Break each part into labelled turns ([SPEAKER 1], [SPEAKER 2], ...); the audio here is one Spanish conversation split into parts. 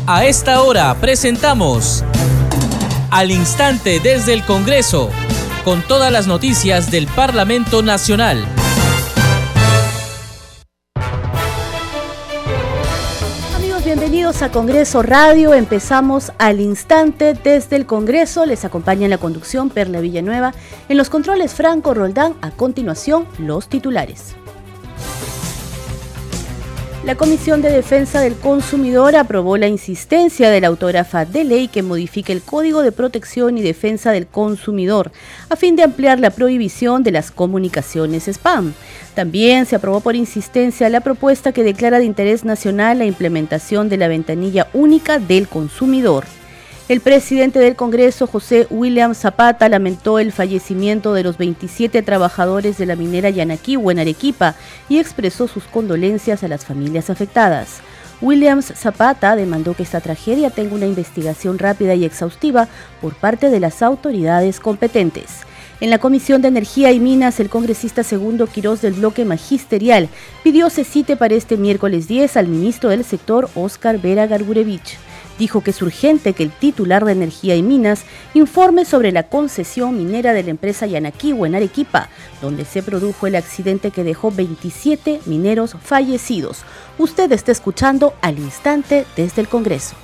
[SPEAKER 1] A esta hora presentamos Al Instante desde el Congreso, con todas las noticias del Parlamento Nacional.
[SPEAKER 2] Amigos, bienvenidos a Congreso Radio. Empezamos Al Instante desde el Congreso. Les acompaña en la conducción Perla Villanueva. En los controles Franco Roldán. A continuación, los titulares. La Comisión de Defensa del Consumidor aprobó la insistencia de la autógrafa de ley que modifique el Código de Protección y Defensa del Consumidor a fin de ampliar la prohibición de las comunicaciones spam. También se aprobó por insistencia la propuesta que declara de interés nacional la implementación de la ventanilla única del consumidor. El presidente del Congreso, José William Zapata, lamentó el fallecimiento de los 27 trabajadores de la minera Yanaquihue en Arequipa y expresó sus condolencias a las familias afectadas. Williams Zapata demandó que esta tragedia tenga una investigación rápida y exhaustiva por parte de las autoridades competentes. En la Comisión de Energía y Minas, el congresista Segundo Quirós del bloque magisterial pidió se cite para este miércoles 10 al ministro del sector, Óscar Vera Gargurevich. Dijo que es urgente que el titular de Energía y Minas informe sobre la concesión minera de la empresa Yanaquihue en Arequipa, donde se produjo el accidente que dejó 27 mineros fallecidos. Usted está escuchando Al Instante desde el Congreso.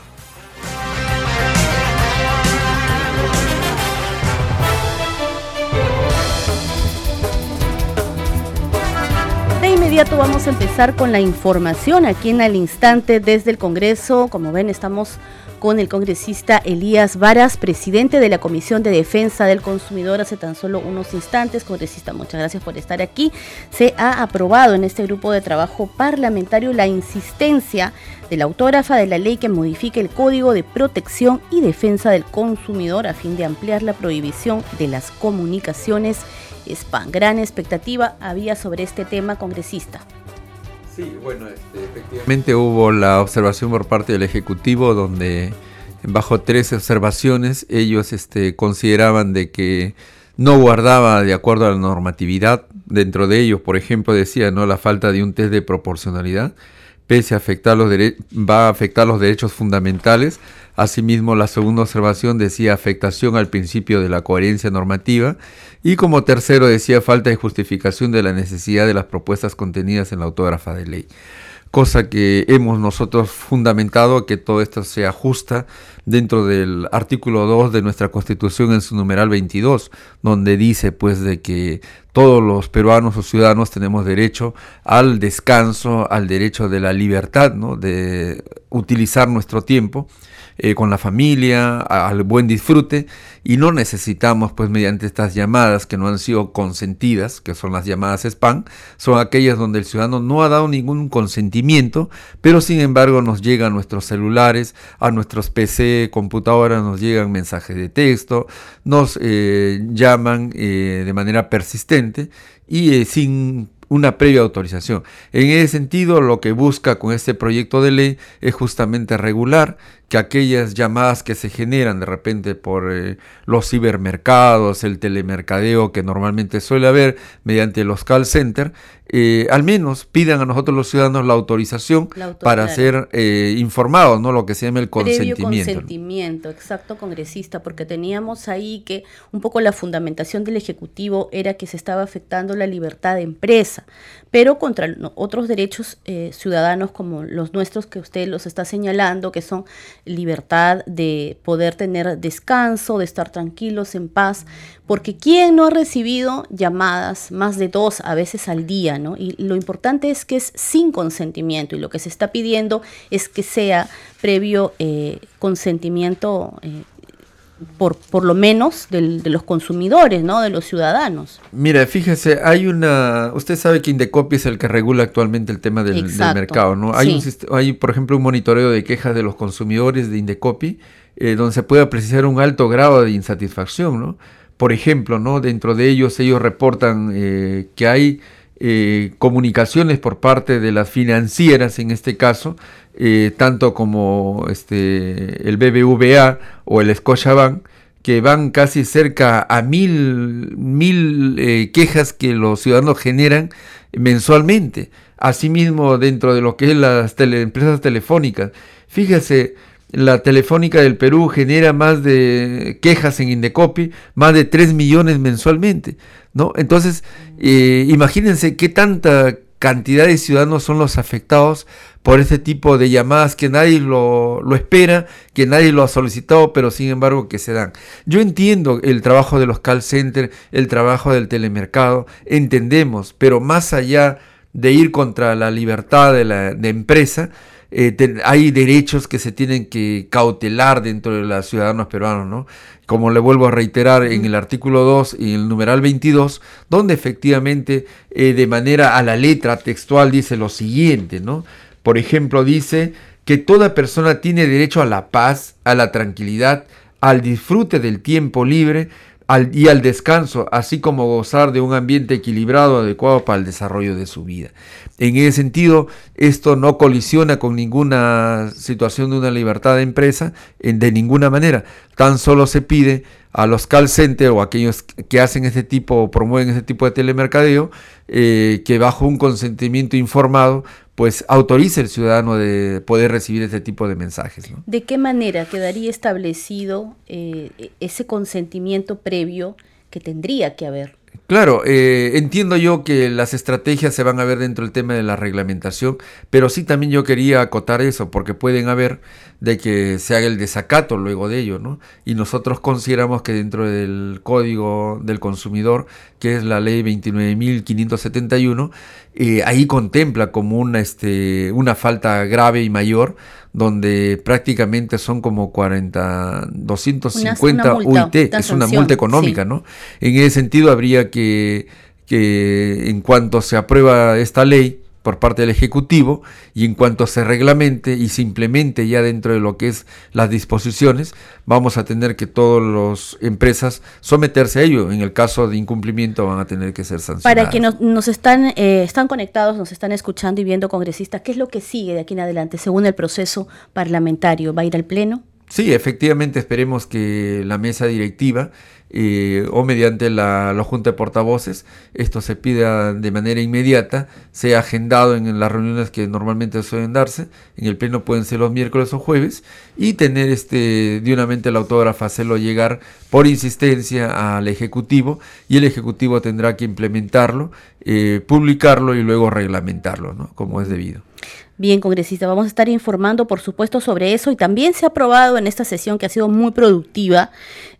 [SPEAKER 2] De inmediato vamos a empezar con la información aquí en Al Instante desde el Congreso. Como ven, estamos con el congresista Elías Varas, presidente de la Comisión de Defensa del Consumidor hace tan solo unos instantes. Congresista, muchas gracias por estar aquí. Se ha aprobado en este grupo de trabajo parlamentario la insistencia de la autógrafa de la ley que modifique el Código de Protección y Defensa del Consumidor a fin de ampliar la prohibición de las comunicaciones spam. Gran expectativa había sobre este tema, congresista.
[SPEAKER 3] Sí, bueno, efectivamente hubo la observación por parte del Ejecutivo donde bajo 13 observaciones ellos consideraban de que no guardaba de acuerdo a la normatividad. Dentro de ellos, por ejemplo, decía la falta de un test de proporcionalidad, pese a afectar va a afectar los derechos fundamentales. Asimismo, la segunda observación decía afectación al principio de la coherencia normativa y como tercero decía falta de justificación de la necesidad de las propuestas contenidas en la autógrafa de ley. Cosa que hemos nosotros fundamentado que todo esto se ajusta dentro del artículo 2 de nuestra Constitución en su numeral 22, donde dice pues de que todos los peruanos o ciudadanos tenemos derecho al descanso, al derecho de la libertad, ¿no? De utilizar nuestro tiempo con la familia, al buen disfrute, y no necesitamos pues mediante estas llamadas que no han sido consentidas, que son las llamadas spam, son aquellas donde el ciudadano no ha dado ningún consentimiento, pero sin embargo nos llegan a nuestros celulares, a nuestros PC, computadoras, nos llegan mensajes de texto, nos llaman de manera persistente y sin una previa autorización. En ese sentido, lo que busca con este proyecto de ley es justamente regular que aquellas llamadas que se generan de repente por los cibermercados, el telemercadeo que normalmente suele haber mediante los call centers, al menos pidan a nosotros los ciudadanos la autorización para ser informados, ¿no? Lo que se llama el consentimiento.
[SPEAKER 2] Previo consentimiento, exacto, congresista, porque teníamos ahí que un poco la fundamentación del Ejecutivo era que se estaba afectando la libertad de empresa, pero contra otros derechos ciudadanos como los nuestros que usted los está señalando, que son libertad de poder tener descanso, de estar tranquilos, en paz, porque ¿quién no ha recibido llamadas, más de 2 a veces al día, ¿no? Y lo importante es que es sin consentimiento, y lo que se está pidiendo es que sea previo consentimiento por lo menos de los consumidores, ¿no? De los ciudadanos.
[SPEAKER 3] Mira, fíjese, usted sabe que Indecopi es el que regula actualmente el tema del mercado, ¿no? Hay, por ejemplo, un monitoreo de quejas de los consumidores de Indecopi, donde se puede apreciar un alto grado de insatisfacción, ¿no? Por ejemplo, ¿no? Dentro de ellos reportan que hay comunicaciones por parte de las financieras, en este caso, tanto como el BBVA o el Scotiabank, que van casi cerca a mil quejas que los ciudadanos generan mensualmente. Asimismo, dentro de lo que es las empresas telefónicas, fíjese, la Telefónica del Perú genera más de quejas en Indecopi, más de 3 millones mensualmente, ¿no? Entonces, imagínense qué tanta cantidad de ciudadanos son los afectados por este tipo de llamadas que nadie lo espera, que nadie lo ha solicitado, pero sin embargo que se dan. Yo entiendo el trabajo de los call centers, el trabajo del telemercado, entendemos, pero más allá de ir contra la libertad de empresa, hay derechos que se tienen que cautelar dentro de los ciudadanos peruanos, ¿no? Como le vuelvo a reiterar en el artículo 2 y el numeral 22, donde efectivamente de manera a la letra textual dice lo siguiente, ¿no? Por ejemplo, dice que toda persona tiene derecho a la paz, a la tranquilidad, al disfrute del tiempo libre y al descanso, así como gozar de un ambiente equilibrado adecuado para el desarrollo de su vida. En ese sentido, esto no colisiona con ninguna situación de una libertad de empresa, de ninguna manera. Tan solo se pide a los call centers o aquellos que hacen este tipo o promueven este tipo de telemercadeo, que bajo un consentimiento informado, pues autorice al ciudadano de poder recibir este tipo de mensajes, ¿no?
[SPEAKER 2] ¿De qué manera quedaría establecido ese consentimiento previo que tendría que haber?
[SPEAKER 3] Claro, entiendo yo que las estrategias se van a ver dentro del tema de la reglamentación, pero sí también yo quería acotar eso, porque pueden haber de que se haga el desacato luego de ello, ¿no? Y nosotros consideramos que dentro del Código del Consumidor, que es la ley 29.571, ahí contempla como una falta grave y mayor, donde prácticamente son como 250 UIT, es una multa económica, sí, ¿no? En ese sentido habría que en cuanto se aprueba esta ley por parte del Ejecutivo y en cuanto se reglamente y se implemente ya dentro de lo que es las disposiciones, vamos a tener que todas las empresas someterse a ello. En el caso de incumplimiento van a tener que ser sancionadas.
[SPEAKER 2] Para que nos están conectados, nos están escuchando y viendo, congresistas, ¿qué es lo que sigue de aquí en adelante según el proceso parlamentario? ¿Va a ir al Pleno?
[SPEAKER 3] Sí, efectivamente esperemos que la mesa directiva o mediante la Junta de Portavoces esto se pida de manera inmediata, sea agendado en las reuniones que normalmente suelen darse, en el Pleno pueden ser los miércoles o jueves, y tener de una mente el autógrafo, hacerlo llegar por insistencia al Ejecutivo, y el Ejecutivo tendrá que implementarlo, publicarlo y luego reglamentarlo, ¿no? Como es debido.
[SPEAKER 2] Bien, congresista, vamos a estar informando, por supuesto, sobre eso, y también se ha aprobado en esta sesión, que ha sido muy productiva,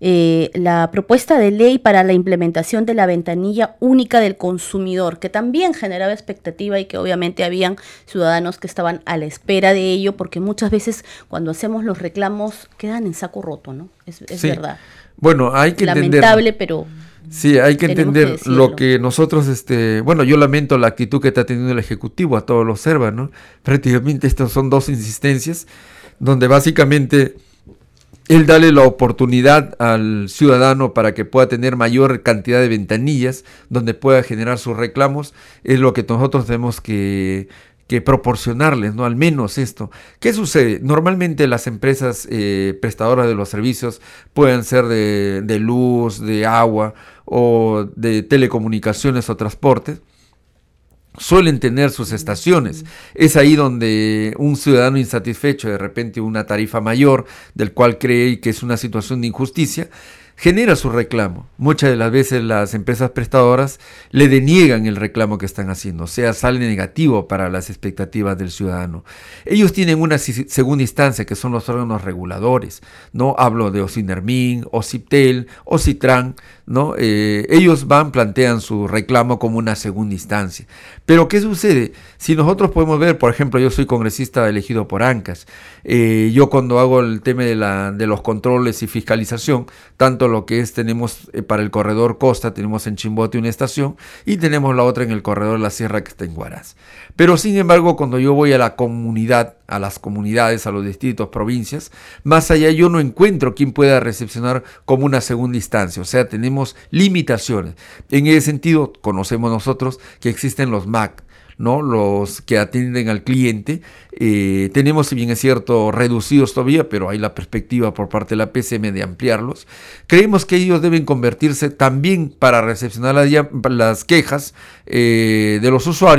[SPEAKER 2] la propuesta de ley para la implementación de la ventanilla única del consumidor, que también generaba expectativa y que obviamente habían ciudadanos que estaban a la espera de ello, porque muchas veces cuando hacemos los reclamos quedan en saco roto, ¿no? Es sí, verdad.
[SPEAKER 3] Bueno, hay que
[SPEAKER 2] lamentable, pero...
[SPEAKER 3] Sí, hay que entender lo que nosotros, bueno, yo lamento la actitud que está teniendo el Ejecutivo, a todos lo observan, ¿no? Prácticamente estas son dos insistencias, donde básicamente él dale la oportunidad al ciudadano para que pueda tener mayor cantidad de ventanillas, donde pueda generar sus reclamos, es lo que nosotros tenemos que proporcionarles, ¿no? Al menos esto. ¿Qué sucede? Normalmente las empresas prestadoras de los servicios pueden ser de luz, de agua o de telecomunicaciones o transportes, suelen tener sus estaciones. Es ahí donde un ciudadano insatisfecho, de repente una tarifa mayor, del cual cree que es una situación de injusticia, genera su reclamo. Muchas de las veces las empresas prestadoras le deniegan el reclamo que están haciendo, o sea, sale negativo para las expectativas del ciudadano. Ellos tienen una segunda instancia, que son los órganos reguladores, ¿no? Hablo de OCINERMIN, OCIPTEL, OCITRAN, ¿no? Ellos plantean su reclamo como una segunda instancia. Pero ¿qué sucede? Si nosotros podemos ver, por ejemplo, yo soy congresista elegido por ANCAS, yo cuando hago el tema de los controles y fiscalización, tanto lo que tenemos para el corredor Costa, tenemos en Chimbote una estación y tenemos la otra en el corredor La Sierra, que está en Huaraz. Pero sin embargo, cuando yo voy a la comunidad, a las comunidades, a los distritos, provincias, más allá yo no encuentro quien pueda recepcionar como una segunda instancia, o sea, tenemos limitaciones. En ese sentido, conocemos nosotros que existen los MAC, ¿no? Los que atienden al cliente, tenemos, si bien es cierto, reducidos todavía, pero hay la perspectiva por parte de la PCM de ampliarlos. Creemos que ellos deben convertirse también para recepcionar las quejas de los usuarios,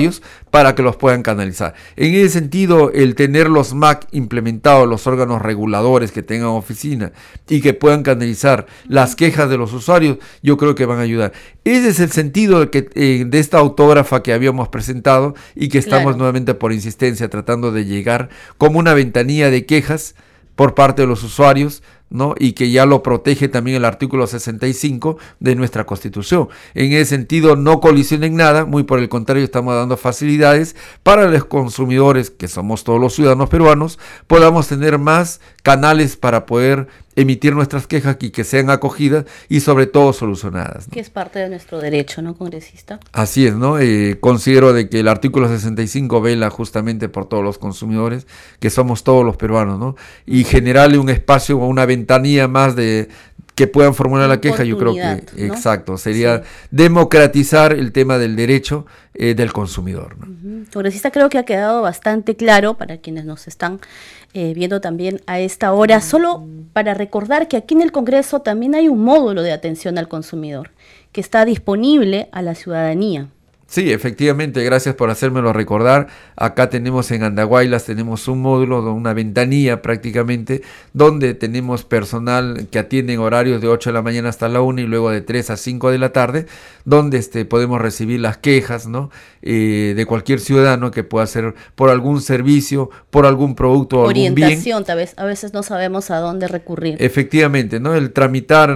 [SPEAKER 3] para que los puedan canalizar. En ese sentido, el tener los MAC implementados, los órganos reguladores que tengan oficina y que puedan canalizar las quejas de los usuarios, yo creo que van a ayudar. Ese es el sentido de esta autógrafa que habíamos presentado y que estamos nuevamente por insistencia tratando de llegar como una ventanilla de quejas por parte de los usuarios, ¿no? Y que ya lo protege también el artículo 65 de nuestra Constitución. En ese sentido, no colisiona en nada, muy por el contrario, estamos dando facilidades para los consumidores, que somos todos los ciudadanos peruanos, podamos tener más canales para poder emitir nuestras quejas y que sean acogidas y sobre todo solucionadas, ¿no?
[SPEAKER 2] Que es parte de nuestro derecho, ¿no, congresista?
[SPEAKER 3] Así es, ¿no? Considero de que el artículo 65 vela justamente por todos los consumidores, que somos todos los peruanos, ¿no? Y generarle un espacio o una ventanilla más de que puedan formular la queja, yo creo que, ¿no? Exacto, sería democratizar el tema del derecho del consumidor, ¿no?
[SPEAKER 2] Congresista, creo que ha quedado bastante claro para quienes nos están viendo también a esta hora, solo para recordar que aquí en el Congreso también hay un módulo de atención al consumidor que está disponible a la ciudadanía.
[SPEAKER 3] Sí, efectivamente, gracias por hacérmelo recordar. Acá tenemos en Andahuaylas, tenemos un módulo, una ventanilla prácticamente, donde tenemos personal que atiende en horarios de 8 de la mañana hasta la 1 y luego de 3 a 5 de la tarde, donde podemos recibir las quejas, ¿no? De cualquier ciudadano que pueda hacer por algún servicio, por algún producto o algún bien.
[SPEAKER 2] Orientación, tal vez, a veces no sabemos a dónde recurrir.
[SPEAKER 3] Efectivamente, ¿no? El tramitar,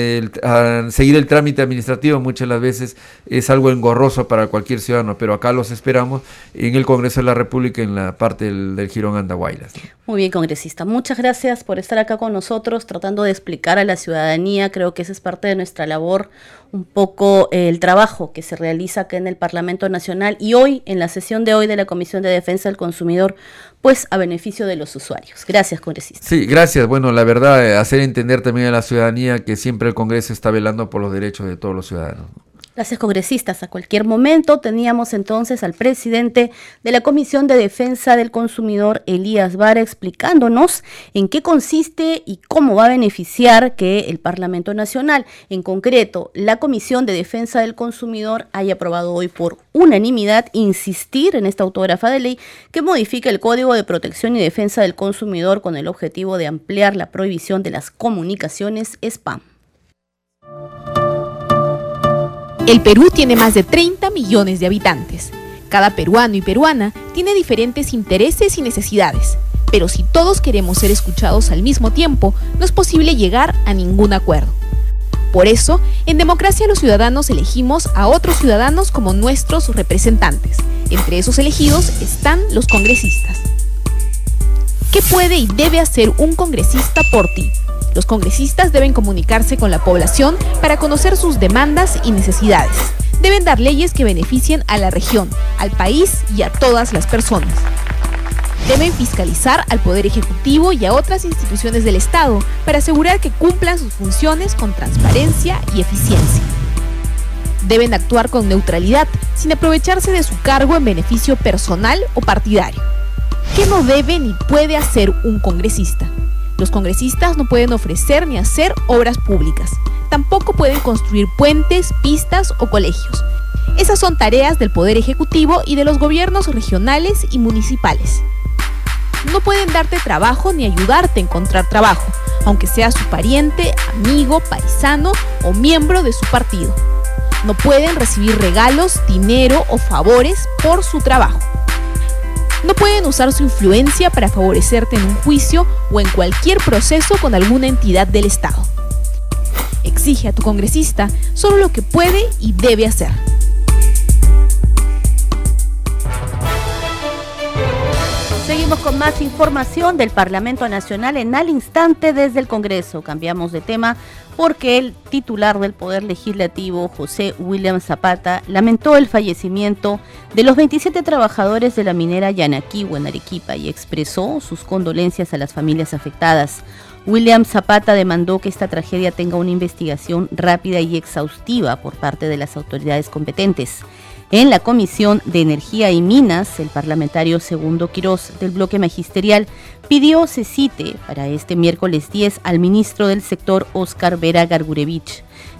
[SPEAKER 3] seguir el trámite administrativo muchas de las veces es algo engorroso para cualquier ciudadano, pero acá los esperamos en el Congreso de la República, en la parte del Jirón Andahuaylas.
[SPEAKER 2] Muy bien, congresista. Muchas gracias por estar acá con nosotros, tratando de explicar a la ciudadanía. Creo que esa es parte de nuestra labor, un poco el trabajo que se realiza acá en el Parlamento Nacional y hoy, en la sesión de hoy de la Comisión de Defensa del Consumidor, pues a beneficio de los usuarios. Gracias, congresista.
[SPEAKER 3] Sí, gracias. Bueno, la verdad, hacer entender también a la ciudadanía que siempre el Congreso está velando por los derechos de todos los ciudadanos.
[SPEAKER 2] Gracias, congresistas. A cualquier momento teníamos entonces al presidente de la Comisión de Defensa del Consumidor, Elías Vara, explicándonos en qué consiste y cómo va a beneficiar que el Parlamento Nacional, en concreto la Comisión de Defensa del Consumidor, haya aprobado hoy por unanimidad insistir en esta autógrafa de ley que modifica el Código de Protección y Defensa del Consumidor con el objetivo de ampliar la prohibición de las comunicaciones spam.
[SPEAKER 4] El Perú tiene más de 30 millones de habitantes. Cada peruano y peruana tiene diferentes intereses y necesidades, pero si todos queremos ser escuchados al mismo tiempo, no es posible llegar a ningún acuerdo. Por eso, en democracia los ciudadanos elegimos a otros ciudadanos como nuestros representantes. Entre esos elegidos están los congresistas. ¿Qué puede y debe hacer un congresista por ti? Los congresistas deben comunicarse con la población para conocer sus demandas y necesidades. Deben dar leyes que beneficien a la región, al país y a todas las personas. Deben fiscalizar al Poder Ejecutivo y a otras instituciones del Estado para asegurar que cumplan sus funciones con transparencia y eficiencia. Deben actuar con neutralidad, sin aprovecharse de su cargo en beneficio personal o partidario. ¿Qué no debe ni puede hacer un congresista? Los congresistas no pueden ofrecer ni hacer obras públicas. Tampoco pueden construir puentes, pistas o colegios. Esas son tareas del Poder Ejecutivo y de los gobiernos regionales y municipales. No pueden darte trabajo ni ayudarte a encontrar trabajo, aunque sea su pariente, amigo, paisano o miembro de su partido. No pueden recibir regalos, dinero o favores por su trabajo. No pueden usar su influencia para favorecerte en un juicio o en cualquier proceso con alguna entidad del Estado. Exige a tu congresista solo lo que puede y debe hacer.
[SPEAKER 2] Seguimos con más información del Parlamento Nacional en Al Instante desde el Congreso. Cambiamos de tema porque el titular del Poder Legislativo, José William Zapata, lamentó el fallecimiento de los 27 trabajadores de la minera Yanaquihue en Arequipa y expresó sus condolencias a las familias afectadas. William Zapata demandó que esta tragedia tenga una investigación rápida y exhaustiva por parte de las autoridades competentes. En la Comisión de Energía y Minas, el parlamentario Segundo Quirós del bloque magisterial pidió se cite para este miércoles 10 al ministro del sector Óscar Vera Gargurevich,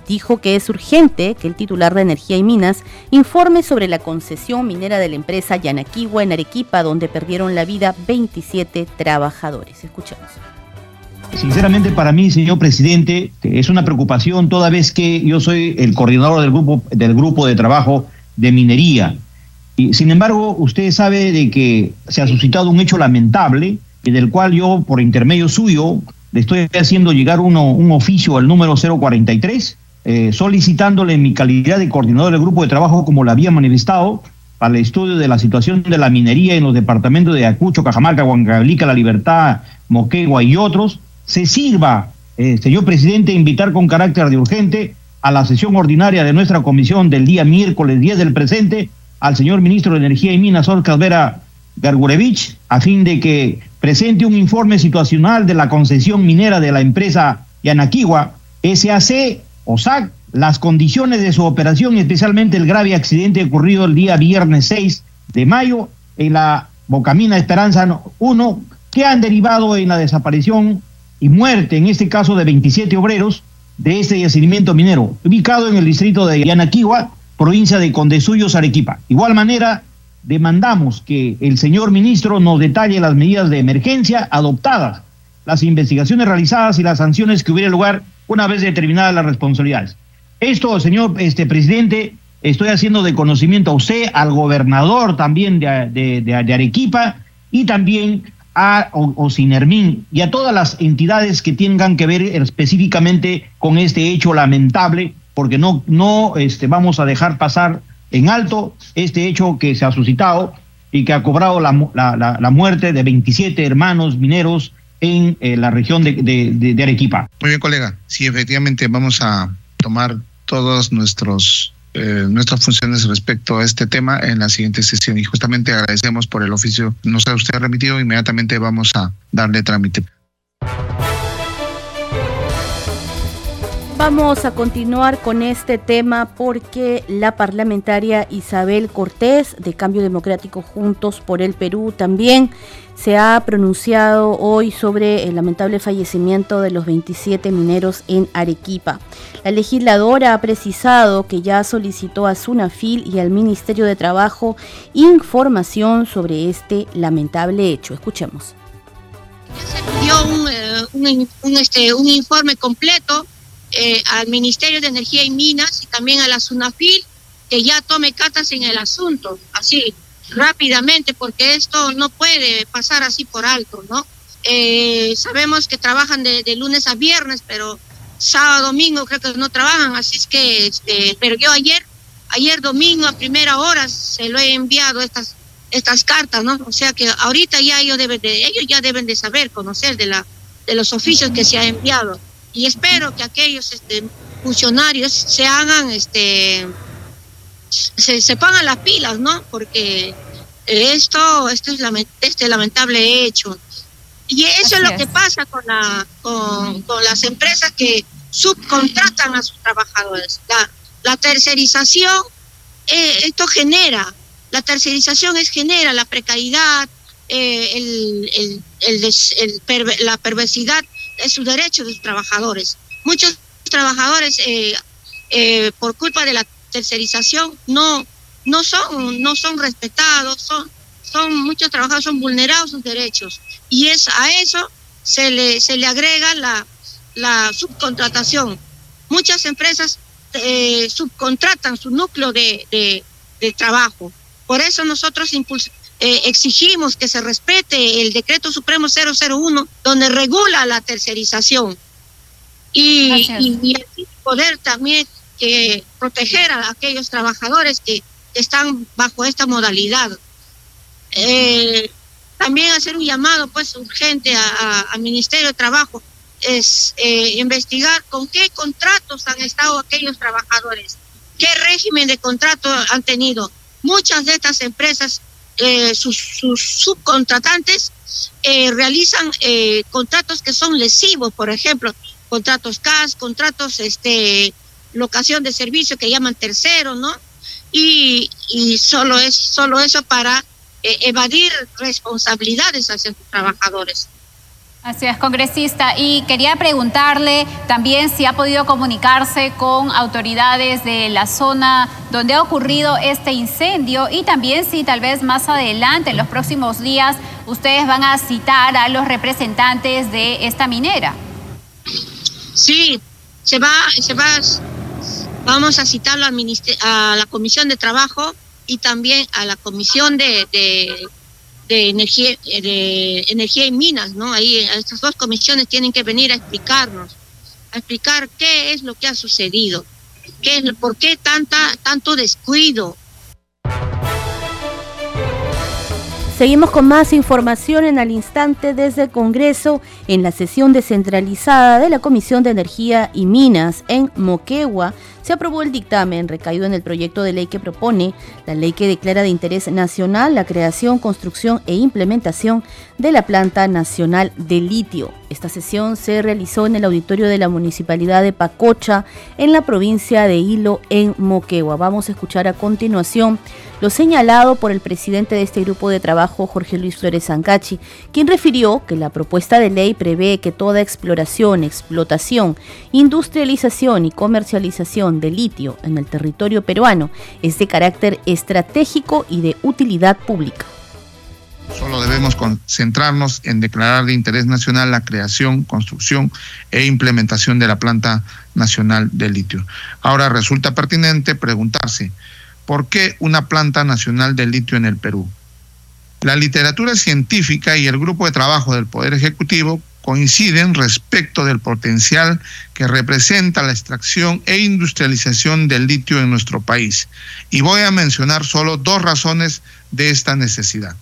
[SPEAKER 2] dijo que es urgente que el titular de Energía y Minas informe sobre la concesión minera de la empresa Yanaquihua en Arequipa, donde perdieron la vida 27 trabajadores. Escuchemos.
[SPEAKER 5] Sinceramente, para mí, señor presidente, es una preocupación toda vez que yo soy el coordinador del grupo de trabajo de minería. Y, sin embargo, usted sabe de que se ha suscitado un hecho lamentable, del cual yo, por intermedio suyo, le estoy haciendo llegar un oficio al número 043, solicitándole en mi calidad de coordinador del grupo de trabajo, como lo había manifestado, para el estudio de la situación de la minería en los departamentos de Ayacucho, Cajamarca, Huancavelica, La Libertad, Moquegua y otros. Se sirva, señor presidente, invitar con carácter de urgente a la sesión ordinaria de nuestra comisión del día miércoles 10 del presente al señor ministro de Energía y Minas, Óscar Vera Gargurevich, a fin de que presente un informe situacional de la concesión minera de la empresa Yanaquihua, SAC o SAC, las condiciones de su operación y especialmente el grave accidente ocurrido el día viernes 6 de mayo en la Bocamina Esperanza 1, que han derivado en la desaparición y muerte, en este caso, de 27 obreros de este yacimiento minero, ubicado en el distrito de Yanaquihua, provincia de Condesuyos, Arequipa. Igual manera, demandamos que el señor ministro nos detalle las medidas de emergencia adoptadas, las investigaciones realizadas y las sanciones que hubiera lugar una vez determinadas las responsabilidades. Esto, señor presidente, estoy haciendo de conocimiento a usted, al gobernador también de Arequipa y también a Ocinermin y a todas las entidades que tengan que ver específicamente con este hecho lamentable, porque no vamos a dejar pasar en alto este hecho que se ha suscitado y que ha cobrado la muerte de 27 hermanos mineros en la región de Arequipa.
[SPEAKER 6] Muy bien, colega. Sí, efectivamente vamos a tomar todas nuestras funciones respecto a este tema en la siguiente sesión, y justamente agradecemos por el oficio que nos ha usted remitido. Inmediatamente vamos a darle trámite.
[SPEAKER 2] Vamos a continuar con este tema porque la parlamentaria Isabel Cortés de Cambio Democrático Juntos por el Perú también se ha pronunciado hoy sobre el lamentable fallecimiento de los 27 mineros en Arequipa. La legisladora ha precisado que ya solicitó a SUNAFIL y al Ministerio de Trabajo información sobre este lamentable hecho. Escuchemos.
[SPEAKER 7] Se dio un informe completo al Ministerio de Energía y Minas y también a la SUNAFIL, que ya tome cartas en el asunto, así, rápidamente, porque esto no puede pasar así por alto, ¿no? Sabemos que trabajan de lunes a viernes, pero sábado, domingo creo que no trabajan, así es que, pero yo ayer domingo a primera hora se lo he enviado estas cartas, ¿no? O sea que ahorita ya ellos ya deben de saber, conocer de los oficios que se ha enviado. Y espero que aquellos funcionarios se hagan, se pongan las pilas, ¿no? Porque esto es este lamentable hecho. Y eso es lo que pasa con las empresas que subcontratan a sus trabajadores. La tercerización, la tercerización genera la precariedad, la perversidad de sus derechos de sus trabajadores. Muchos trabajadores por culpa de la tercerización no son respetados, muchos trabajadores son vulnerados sus derechos, y a eso se le agrega la subcontratación. Muchas empresas subcontratan su núcleo de trabajo. Por eso nosotros exigimos que se respete el Decreto Supremo 001, donde regula la tercerización, y así poder también proteger a aquellos trabajadores que están bajo esta modalidad. También hacer un llamado pues urgente al Ministerio de Trabajo, es investigar con qué contratos han estado aquellos trabajadores, qué régimen de contrato han tenido. Muchas de estas empresas, sus subcontratantes realizan contratos que son lesivos, por ejemplo, contratos CAS, contratos locación de servicio que llaman tercero, ¿no? Y solo eso para evadir responsabilidades hacia sus trabajadores.
[SPEAKER 8] Así es, congresista. Y quería preguntarle también si ha podido comunicarse con autoridades de la zona donde ha ocurrido este incendio y también si tal vez más adelante, en los próximos días, ustedes van a citar a los representantes de esta minera.
[SPEAKER 7] Sí, vamos a citarlo a la Comisión de Trabajo y también a la Comisión de energía y minas, ¿no? Ahí estas dos comisiones tienen que venir a explicar qué es lo que ha sucedido, por qué tanto descuido.
[SPEAKER 2] Seguimos con más información en Al Instante desde el Congreso. En la sesión descentralizada de la Comisión de Energía y Minas en Moquegua, se aprobó el dictamen recaído en el proyecto de ley que propone la ley que declara de interés nacional la creación, construcción e implementación de la planta nacional de litio. Esta sesión se realizó en el auditorio de la Municipalidad de Pacocha, en la provincia de Hilo, en Moquegua. Vamos a escuchar a continuación lo señalado por el presidente de este grupo de trabajo, Jorge Luis Flores Ancachi, quien refirió que la propuesta de ley prevé que toda exploración, explotación, industrialización y comercialización de litio en el territorio peruano es de carácter estratégico y de utilidad pública.
[SPEAKER 6] Solo debemos concentrarnos en declarar de interés nacional la creación, construcción e implementación de la planta nacional de litio. Ahora resulta pertinente preguntarse, ¿por qué una planta nacional de litio en el Perú? La literatura científica y el grupo de trabajo del Poder Ejecutivo coinciden respecto del potencial que representa la extracción e industrialización del litio en nuestro país. Y voy a mencionar solo dos razones de esta necesidad.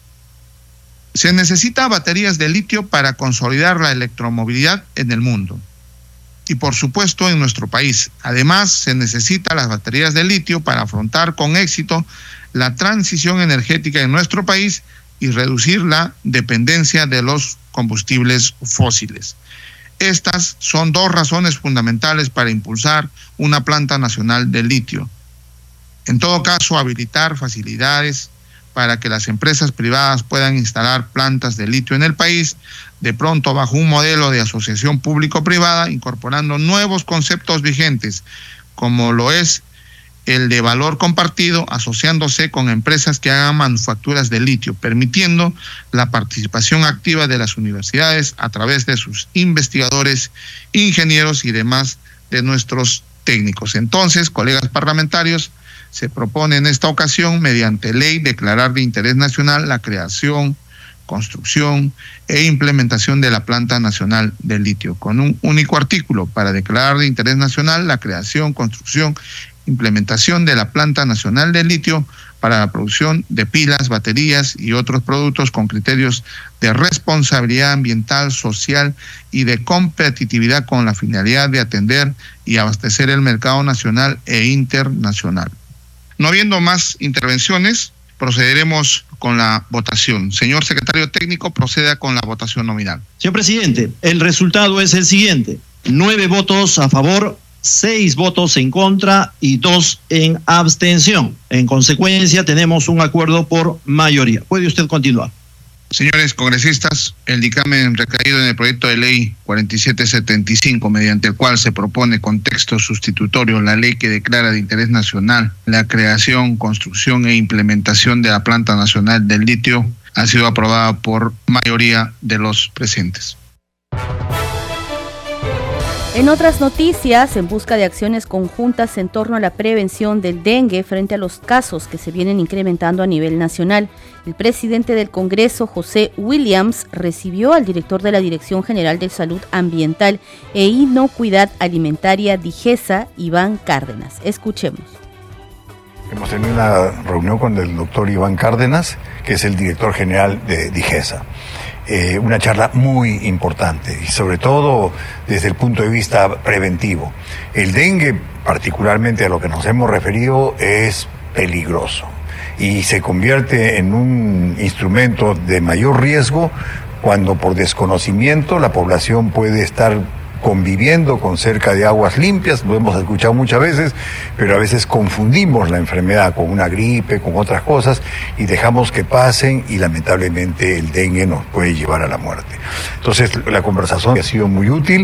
[SPEAKER 6] Se necesita baterías de litio para consolidar la electromovilidad en el mundo. Y por supuesto en nuestro país. Además, se necesitan las baterías de litio para afrontar con éxito la transición energética en nuestro país y reducir la dependencia de los combustibles fósiles. Estas son dos razones fundamentales para impulsar una planta nacional de litio. En todo caso, habilitar facilidades para que las empresas privadas puedan instalar plantas de litio en el país, de pronto bajo un modelo de asociación público-privada, incorporando nuevos conceptos vigentes, como lo es el de valor compartido, asociándose con empresas que hagan manufacturas de litio, permitiendo la participación activa de las universidades a través de sus investigadores, ingenieros y demás de nuestros técnicos. Entonces, colegas parlamentarios, se propone en esta ocasión, mediante ley, declarar de interés nacional la creación, construcción e implementación de la planta nacional de litio, con un único artículo para declarar de interés nacional la creación, construcción, implementación de la planta nacional de litio para la producción de pilas, baterías y otros productos con criterios de responsabilidad ambiental, social y de competitividad con la finalidad de atender y abastecer el mercado nacional e internacional. No habiendo más intervenciones, procederemos con la votación. Señor secretario técnico, proceda con la votación nominal.
[SPEAKER 5] Señor presidente, el resultado es el siguiente: 9 votos a favor, 6 votos en contra y 2 en abstención. En consecuencia, tenemos un acuerdo por mayoría. Puede usted continuar.
[SPEAKER 6] Señores congresistas, el dictamen recaído en el proyecto de ley 4775, mediante el cual se propone con texto sustitutorio la ley que declara de interés nacional la creación, construcción e implementación de la planta nacional del litio, ha sido aprobada por mayoría de los presentes.
[SPEAKER 2] En otras noticias, en busca de acciones conjuntas en torno a la prevención del dengue frente a los casos que se vienen incrementando a nivel nacional, el presidente del Congreso, José Williams, recibió al director de la Dirección General de Salud Ambiental e Inocuidad Alimentaria, DIGESA, Iván Cárdenas. Escuchemos.
[SPEAKER 9] Hemos tenido una reunión con el doctor Iván Cárdenas, que es el director general de DIGESA. Una charla muy importante y sobre todo desde el punto de vista preventivo. El dengue, particularmente a lo que nos hemos referido, es peligroso y se convierte en un instrumento de mayor riesgo cuando por desconocimiento la población puede estar conviviendo con cerca de aguas limpias, lo hemos escuchado muchas veces, pero a veces confundimos la enfermedad con una gripe, con otras cosas, y dejamos que pasen y lamentablemente el dengue nos puede llevar a la muerte. Entonces la conversación ha sido muy útil.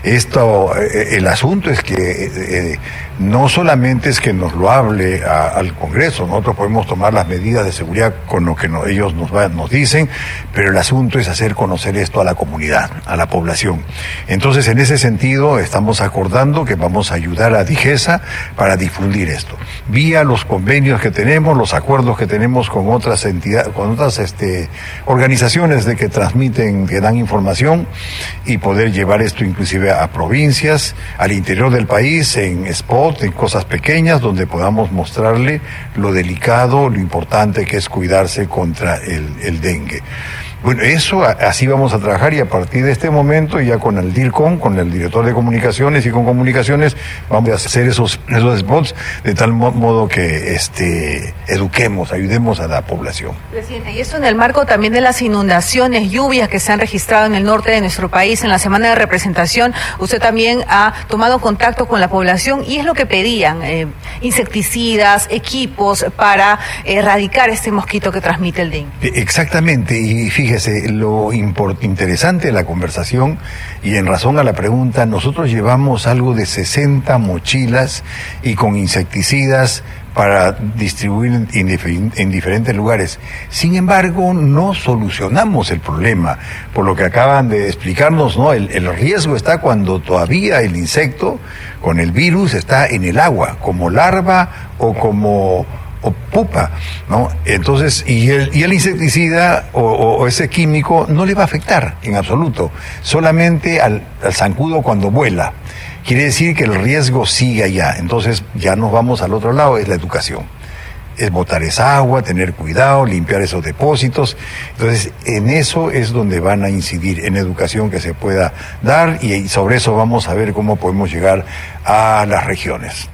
[SPEAKER 9] El asunto es que no solamente es que nos lo hable al Congreso, nosotros podemos tomar las medidas de seguridad con lo que ellos nos dicen, pero el asunto es hacer conocer esto a la comunidad, a la población. Entonces, en ese sentido, estamos acordando que vamos a ayudar a DIGESA para difundir esto, vía los convenios que tenemos, los acuerdos que tenemos con otras entidades, con otras organizaciones que transmiten, que dan información, y poder llevar esto inclusive a provincias, al interior del país, en spot, en cosas pequeñas, donde podamos mostrarle lo delicado, lo importante que es cuidarse contra el dengue. Bueno, eso así vamos a trabajar, y a partir de este momento, ya con el DIRCOM, con el director de comunicaciones y con comunicaciones, vamos a hacer esos spots de tal modo que eduquemos, ayudemos a la población.
[SPEAKER 10] Presidente, y esto en el marco también de las inundaciones, lluvias que se han registrado en el norte de nuestro país. En la semana de representación, usted también ha tomado contacto con la población, y es lo que pedían, insecticidas, equipos para erradicar este mosquito que transmite el dengue.
[SPEAKER 9] Exactamente, y fíjese, lo interesante de la conversación, y en razón a la pregunta, nosotros llevamos algo de 60 mochilas y con insecticidas para distribuir en diferentes lugares. Sin embargo, no solucionamos el problema, por lo que acaban de explicarnos, ¿no? El riesgo está cuando todavía el insecto con el virus está en el agua, como larva o pupa, ¿no? Entonces, y el insecticida o ese químico no le va a afectar en absoluto, solamente al zancudo cuando vuela. Quiere decir que el riesgo sigue allá. Entonces ya nos vamos al otro lado, es la educación. Es botar esa agua, tener cuidado, limpiar esos depósitos. Entonces, en eso es donde van a incidir, en educación que se pueda dar, y sobre eso vamos a ver cómo podemos llegar a las regiones.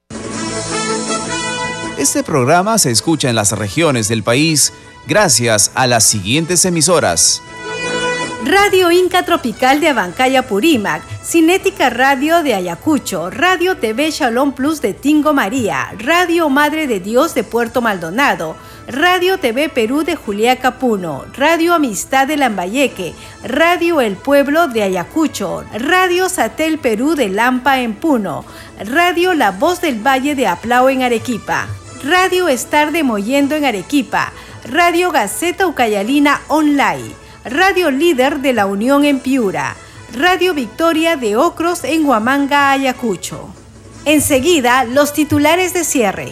[SPEAKER 11] Este programa se escucha en las regiones del país gracias a las siguientes emisoras:
[SPEAKER 12] Radio Inca Tropical de Abancaya, Purímac, Cinética Radio de Ayacucho, Radio TV Shalom Plus de Tingo María, Radio Madre de Dios de Puerto Maldonado, Radio TV Perú de Juliaca, Puno, Radio Amistad de Lambayeque, Radio El Pueblo de Ayacucho, Radio Satel Perú de Lampa en Puno, Radio La Voz del Valle de Aplao en Arequipa, Radio Estar de Mollendo en Arequipa, Radio Gaceta Ucayalina Online, Radio Líder de La Unión en Piura, Radio Victoria de Ocros en Huamanga, Ayacucho. Enseguida, los titulares de cierre.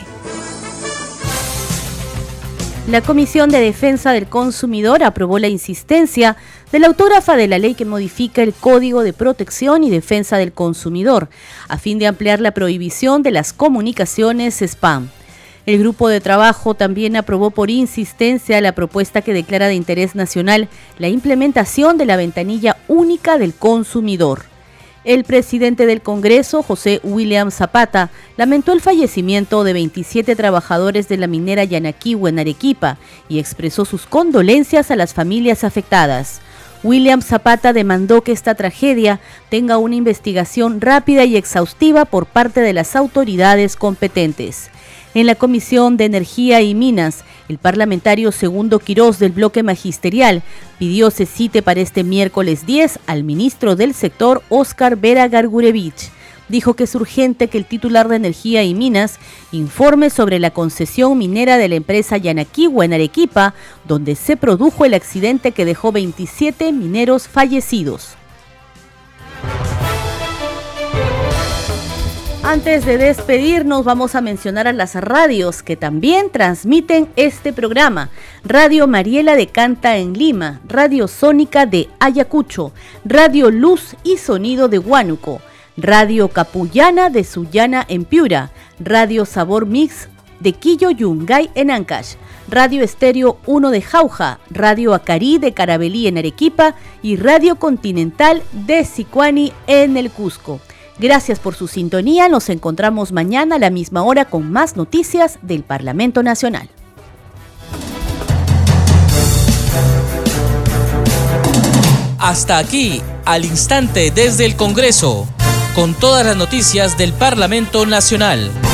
[SPEAKER 2] La Comisión de Defensa del Consumidor aprobó la insistencia de la autógrafa de la ley que modifica el Código de Protección y Defensa del Consumidor, a fin de ampliar la prohibición de las comunicaciones spam. El grupo de trabajo también aprobó por insistencia la propuesta que declara de interés nacional la implementación de la ventanilla única del consumidor. El presidente del Congreso, José William Zapata, lamentó el fallecimiento de 27 trabajadores de la minera Yanaquihue en Arequipa y expresó sus condolencias a las familias afectadas. William Zapata demandó que esta tragedia tenga una investigación rápida y exhaustiva por parte de las autoridades competentes. En la Comisión de Energía y Minas, el parlamentario Segundo Quirós del bloque magisterial pidió se cite para este miércoles 10 al ministro del sector, Óscar Vera Gargurevich. Dijo que es urgente que el titular de Energía y Minas informe sobre la concesión minera de la empresa Yanaquihue en Arequipa, donde se produjo el accidente que dejó 27 mineros fallecidos. Antes de despedirnos, vamos a mencionar a las radios que también transmiten este programa. Radio Mariela de Canta en Lima, Radio Sónica de Ayacucho, Radio Luz y Sonido de Huánuco, Radio Capullana de Sullana en Piura, Radio Sabor Mix de Quillo Yungay en Ancash, Radio Estéreo 1 de Jauja, Radio Acarí de Carabelí en Arequipa y Radio Continental de Sicuani en el Cusco. Gracias por su sintonía, nos encontramos mañana a la misma hora con más noticias del Parlamento Nacional.
[SPEAKER 1] Hasta aquí, al instante desde el Congreso, con todas las noticias del Parlamento Nacional.